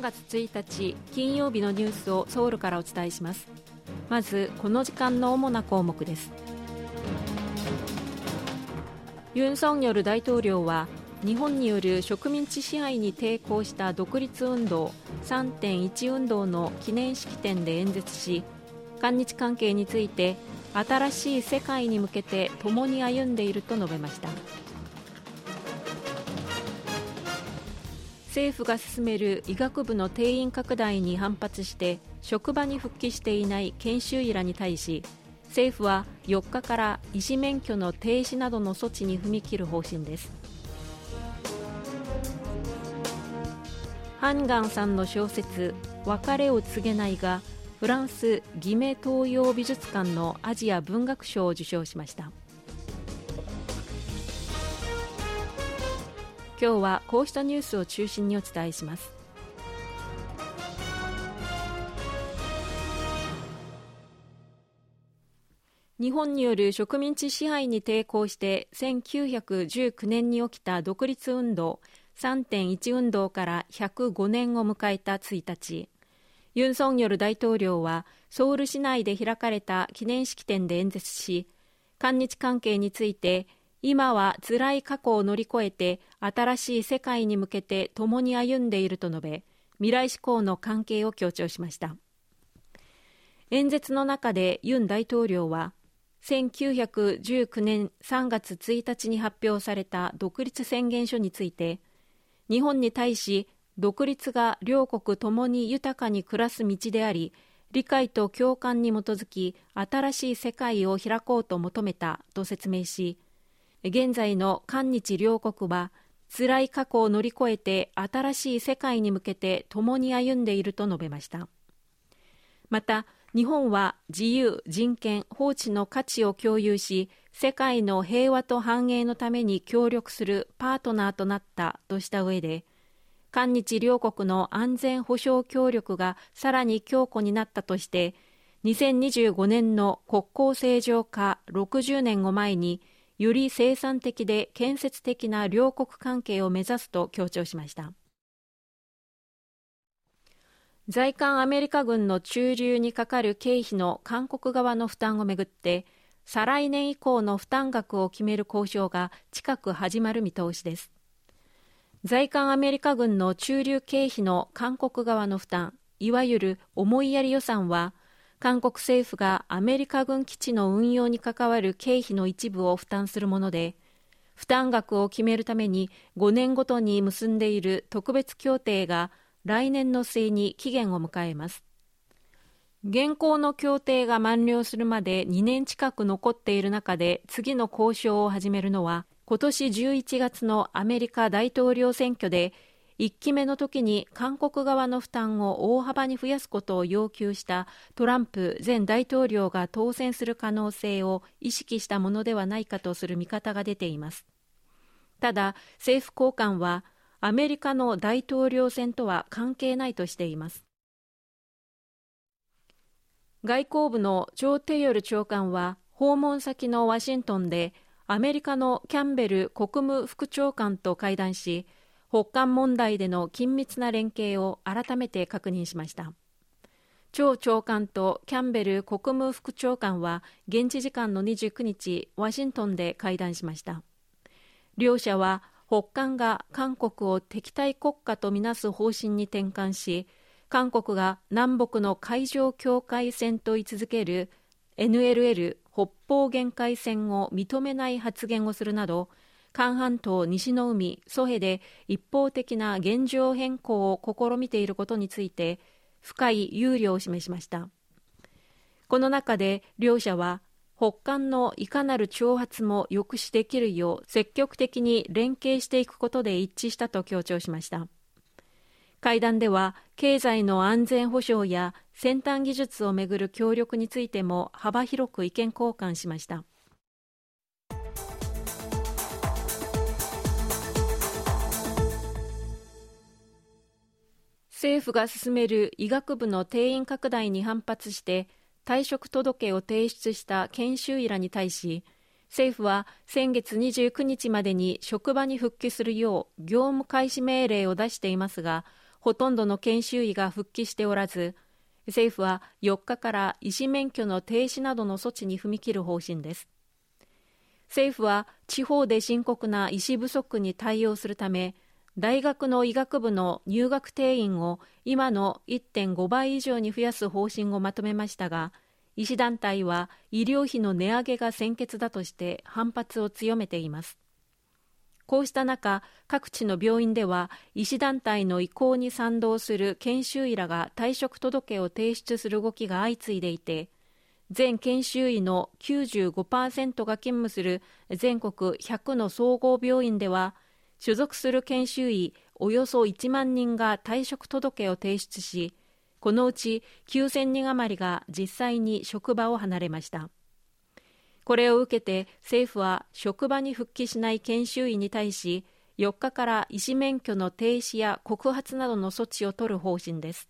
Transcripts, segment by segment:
月1日金曜日のニュースをソウルからお伝えします。まずこの時間の主な項目です。ユン・ソンニョル大統領は日本による植民地支配に抵抗した独立運動 3.1 運動の記念式典で演説し、韓日関係について新しい世界に向けて共に歩んでいると述べました。政府が進める医学部の定員拡大に反発して職場に復帰していない研修医らに対し、政府は4日から医師免許の停止などの措置に踏み切る方針です。ハンガンさんの小説別れを告げないがフランスギメ東洋美術館のアジア文学賞を受賞しました。今日はこうしたニュースを中心にお伝えします。日本による植民地支配に抵抗して1919年に起きた独立運動 3.1 運動から105年を迎えた1日、ユン・ソンニョル大統領はソウル市内で開かれた記念式典で演説し、韓日関係について今は辛い過去を乗り越えて新しい世界に向けて共に歩んでいると述べ、未来志向の関係を強調しました。演説の中でユン大統領は1919年3月1日に発表された独立宣言書について、日本に対し独立が両国ともに豊かに暮らす道であり、理解と共感に基づき新しい世界を開こうと求めたと説明し、現在の韓日両国は辛い過去を乗り越えて新しい世界に向けて共に歩んでいると述べました。また、日本は自由、人権、法治の価値を共有し、世界の平和と繁栄のために協力するパートナーとなったとした上で、韓日両国の安全保障協力がさらに強固になったとして、2025年の国交正常化60年を前に、より生産的で建設的な両国関係を目指すと強調しました。在韓アメリカ軍の駐留にかかる経費の韓国側の負担をめぐって、再来年以降の負担額を決める交渉が近く始まる見通しです。在韓アメリカ軍の駐留経費の韓国側の負担、いわゆる思いやり予算は、韓国政府がアメリカ軍基地の運用に関わる経費の一部を負担するもので、負担額を決めるために5年ごとに結んでいる特別協定が来年の末に期限を迎えます。現行の協定が満了するまで2年近く残っている中で次の交渉を始めるのは、今年11月のアメリカ大統領選挙で1期目の時に韓国側の負担を大幅に増やすことを要求したトランプ前大統領が当選する可能性を意識したものではないかとする見方が出ています。ただ、政府高官はアメリカの大統領選とは関係ないとしています。外交部のチョ・テヨル長官は訪問先のワシントンでアメリカのキャンベル国務副長官と会談し、北韓問題での緊密な連携を改めて確認しました。チョ長官とキャンベル国務副長官は現地時間の29日ワシントンで会談しました。両者は北韓が韓国を敵対国家とみなす方針に転換し、韓国が南北の海上境界線と位置づける NLL 北方限界線を認めない発言をするなど、韓半島西の海ソヘで一方的な現状変更を試みていることについて深い憂慮を示しました。この中で両者は北韓のいかなる挑発も抑止できるよう積極的に連携していくことで一致したと強調しました。会談では経済の安全保障や先端技術をめぐる協力についても幅広く意見交換しました。政府が進める医学部の定員拡大に反発して退職届を提出した研修医らに対し、政府は先月29日までに職場に復帰するよう業務開始命令を出していますが、 ほとんどの研修医が復帰しておらず、政府は4日から医師免許の停止などの措置に踏み切る方針です。政府は地方で深刻な医師不足に対応するため、大学の医学部の入学定員を今の 1.5 倍以上に増やす方針をまとめましたが、医師団体は医療費の値上げが先決だとして反発を強めています。こうした中、各地の病院では医師団体の意向に賛同する研修医らが退職届を提出する動きが相次いでいて、全研修医の 95% が勤務する全国100の総合病院では、所属する研修医およそ1万人が退職届を提出し、このうち9000人余りが実際に職場を離れました。これを受けて政府は職場に復帰しない研修医に対し、4日から医師免許の停止や告発などの措置を取る方針です。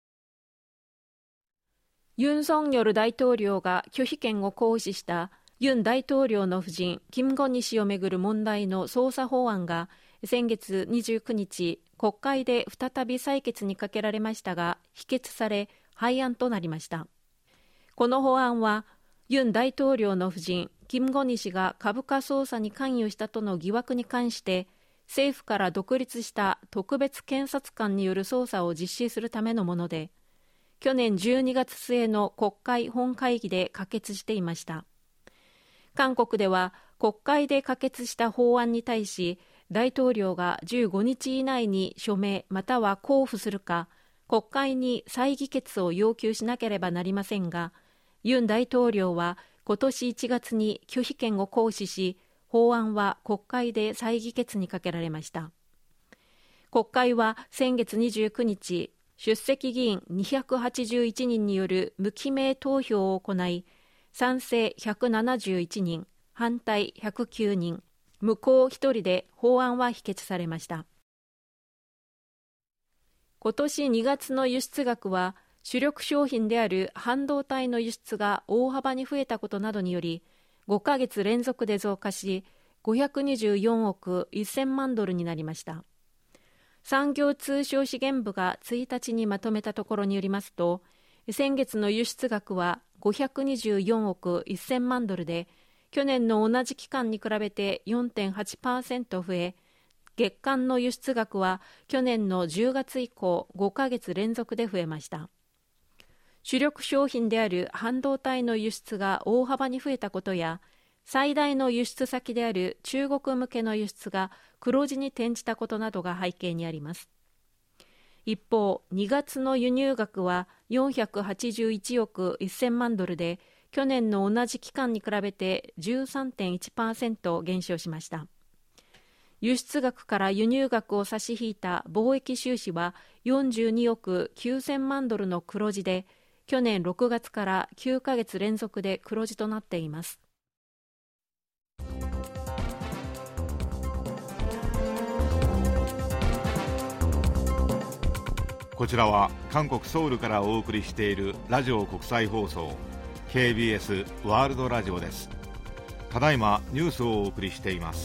ユン・ソンニョル大統領が拒否権を行使したユン大統領の夫人キム・ゴニ氏をめぐる問題の捜査法案が先月29日国会で再び採決にかけられましたが、否決され廃案となりました。この法案はユン大統領の夫人キム・ゴニ氏が株価操作に関与したとの疑惑に関して政府から独立した特別検察官による捜査を実施するためのもので、去年12月末の国会本会議で可決していました。韓国では国会で可決した法案に対し、大統領が15日以内に署名または交付するか、国会に再議決を要求しなければなりませんが、ユン大統領は今年1月に拒否権を行使し、法案は国会で再議決にかけられました。国会は先月29日、出席議員281人による無記名投票を行い、賛成171人、反対109人、無効1人で法案は否決されました。今年2月の輸出額は、主力商品である半導体の輸出が大幅に増えたことなどにより、5ヶ月連続で増加し、524億1000万ドルになりました。産業通商資源部が1日にまとめたところによりますと、先月の輸出額は524億1000万ドルで、去年の同じ期間に比べて 4.8% 増え、月間の輸出額は去年の10月以降5ヶ月連続で増えました。主力商品である半導体の輸出が大幅に増えたことや、最大の輸出先である中国向けの輸出が黒字に転じたことなどが背景にあります。一方、2月の輸入額は481億1000万ドルで、去年の同じ期間に比べて 13.1% 減少しました。輸出額から輸入額を差し引いた貿易収支は42億9000万ドルの黒字で、去年6月から9ヶ月連続で黒字となっています。 こちらは韓国ソウルからお送りしているラジオ国際放送 KBS ワールドラジオです。ただいまニュースをお送りしています。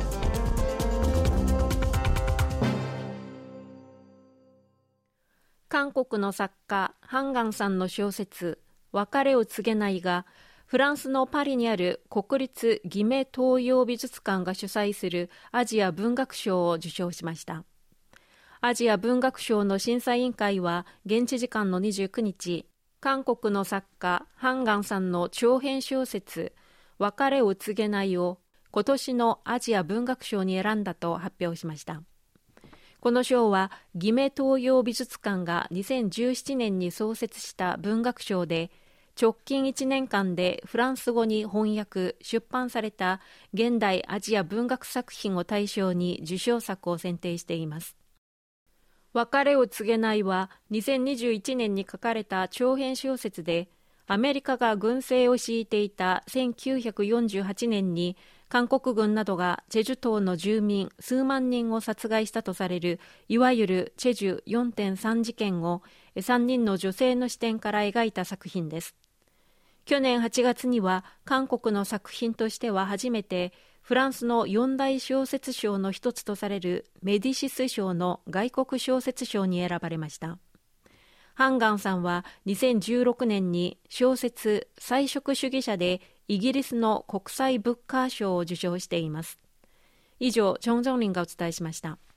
韓国の作家ハンガンさんの小説別れを告げないが、フランスのパリにある国立ギメ東洋美術館が主催するアジア文学賞を受賞しました。アジア文学賞の審査委員会は現地時間の29日、韓国の作家ハンガンさんの長編小説別れを告げないを今年のアジア文学賞に選んだと発表しました。この賞はギメ東洋美術館が2017年に創設した文学賞で、直近1年間でフランス語に翻訳・出版された現代アジア文学作品を対象に受賞作を選定しています。別れを告げないは2021年に書かれた長編小説で、アメリカが軍政を敷いていた1948年に韓国軍などがチェジュ島の住民数万人を殺害したとされるいわゆるチェジュ 4.3 事件を3人の女性の視点から描いた作品です。去年8月には韓国の作品としては初めてフランスの4大小説賞の一つとされるメディシス賞の外国小説賞に選ばれました。ハンガンさんは2016年に小説菜食主義者でイギリスの国際ブッカー賞を受賞しています。以上、チョン・ジョンリンがお伝えしました。